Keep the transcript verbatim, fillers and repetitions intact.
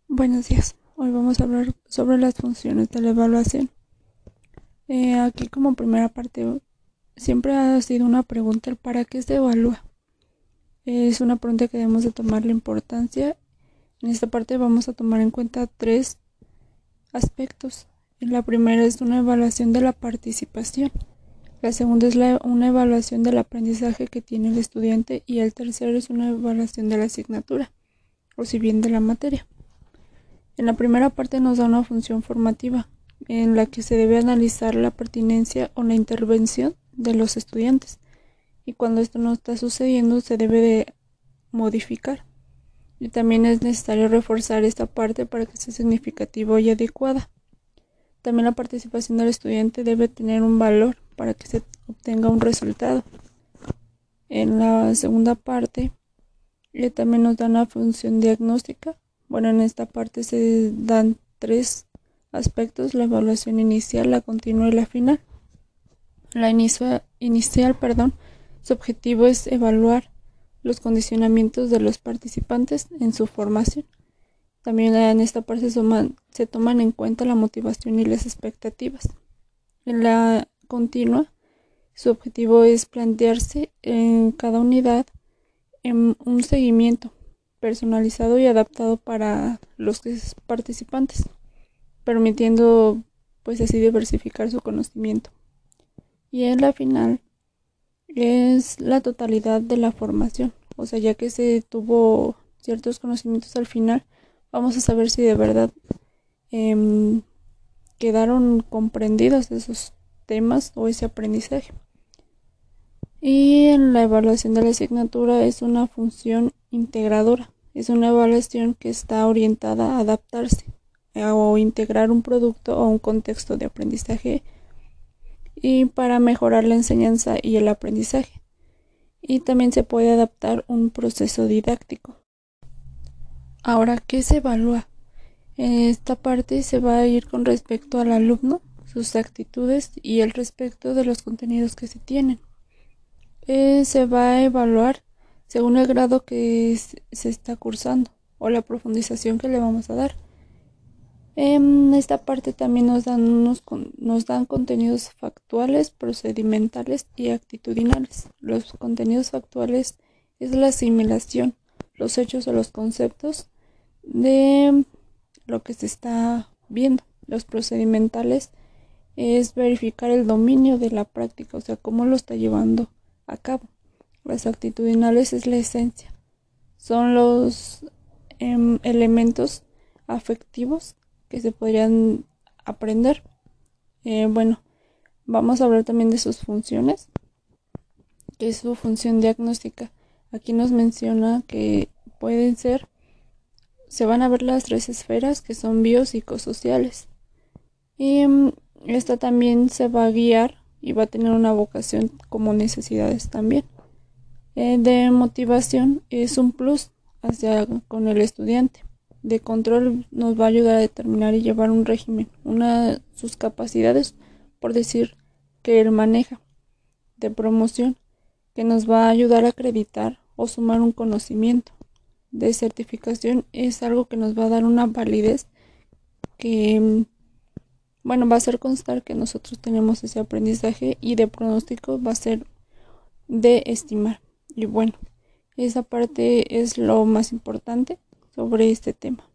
Buenos días. Hoy vamos a hablar sobre las funciones de la evaluación. Eh, aquí como primera parte siempre ha sido una pregunta el para qué se evalúa. Es una pregunta que debemos de tomar la importancia. En esta parte vamos a tomar en cuenta tres aspectos. La primera es una evaluación de la participación. La segunda es la, una evaluación del aprendizaje que tiene el estudiante y el tercero es una evaluación de la asignatura o si bien de la materia. En la primera parte nos da una función formativa, en la que se debe analizar la pertinencia o la intervención de los estudiantes, y cuando esto no está sucediendo se debe de modificar. Y también es necesario reforzar esta parte para que sea significativa y adecuada. También la participación del estudiante debe tener un valor para que se obtenga un resultado. En la segunda parte eh, también nos da una función diagnóstica. Bueno, en esta parte se dan tres aspectos: la evaluación inicial, la continua y la final. La inicia, inicial, perdón, su objetivo es evaluar los condicionamientos de los participantes en su formación. También en esta parte se toman, se toman en cuenta la motivación y las expectativas. En la continua, su objetivo es plantearse en cada unidad en un seguimiento personalizado y adaptado para los participantes, permitiendo pues así diversificar su conocimiento. Y en la final es la totalidad de la formación, o sea, ya que se tuvo ciertos conocimientos al final, vamos a saber si de verdad eh, quedaron comprendidos esos temas o ese aprendizaje. Y en la evaluación de la asignatura es una función integradora. Es una evaluación que está orientada a adaptarse o integrar un producto o un contexto de aprendizaje y para mejorar la enseñanza y el aprendizaje. Y también se puede adaptar un proceso didáctico. Ahora, ¿qué se evalúa? En esta parte se va a ir con respecto al alumno, sus actitudes y el respecto de los contenidos que se tienen. Eh, se va a evaluar según el grado que se está cursando o la profundización que le vamos a dar. En esta parte también nos dan, unos, nos dan contenidos factuales, procedimentales y actitudinales. Los contenidos factuales es la asimilación, los hechos o los conceptos de lo que se está viendo. Los procedimentales es verificar el dominio de la práctica, o sea, cómo lo está llevando a cabo. Las actitudinales es la esencia, son los eh, elementos afectivos que se podrían aprender. Eh, bueno, vamos a hablar también de sus funciones, que es su función diagnóstica. Aquí nos menciona que pueden ser, se van a ver las tres esferas que son biopsicosociales. Y um, esta también se va a guiar y va a tener una vocación como necesidades también. Eh, de motivación es un plus hacia con el estudiante. De control nos va a ayudar a determinar y llevar un régimen, una sus capacidades, por decir, que él maneja. De promoción, que nos va a ayudar a acreditar o sumar un conocimiento. De certificación es algo que nos va a dar una validez que, bueno, va a hacer constar que nosotros tenemos ese aprendizaje. Y de pronóstico va a ser de estimar. Y bueno, esa parte es lo más importante sobre este tema.